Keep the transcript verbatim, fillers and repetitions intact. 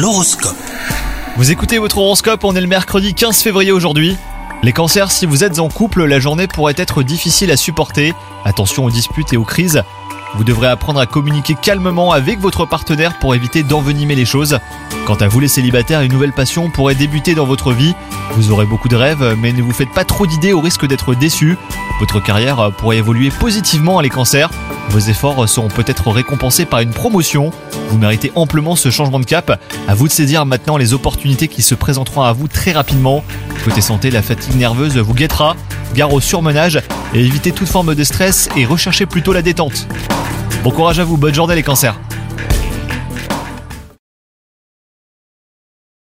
L'horoscope. Vous écoutez votre horoscope, on est le mercredi quinze février aujourd'hui. Les cancers, si vous êtes en couple, la journée pourrait être difficile à supporter. Attention aux disputes et aux crises. Vous devrez apprendre à communiquer calmement avec votre partenaire pour éviter d'envenimer les choses. Quant à vous les célibataires, une nouvelle passion pourrait débuter dans votre vie. Vous aurez beaucoup de rêves, mais ne vous faites pas trop d'idées au risque d'être déçus. Votre carrière pourrait évoluer positivement, les cancers. Vos efforts seront peut-être récompensés par une promotion. Vous méritez amplement ce changement de cap. À vous de saisir maintenant les opportunités qui se présenteront à vous très rapidement. Côté santé, la fatigue nerveuse vous guettera. Gare au surmenage et évitez toute forme de stress et recherchez plutôt la détente. Bon courage à vous, bonne journée les cancers.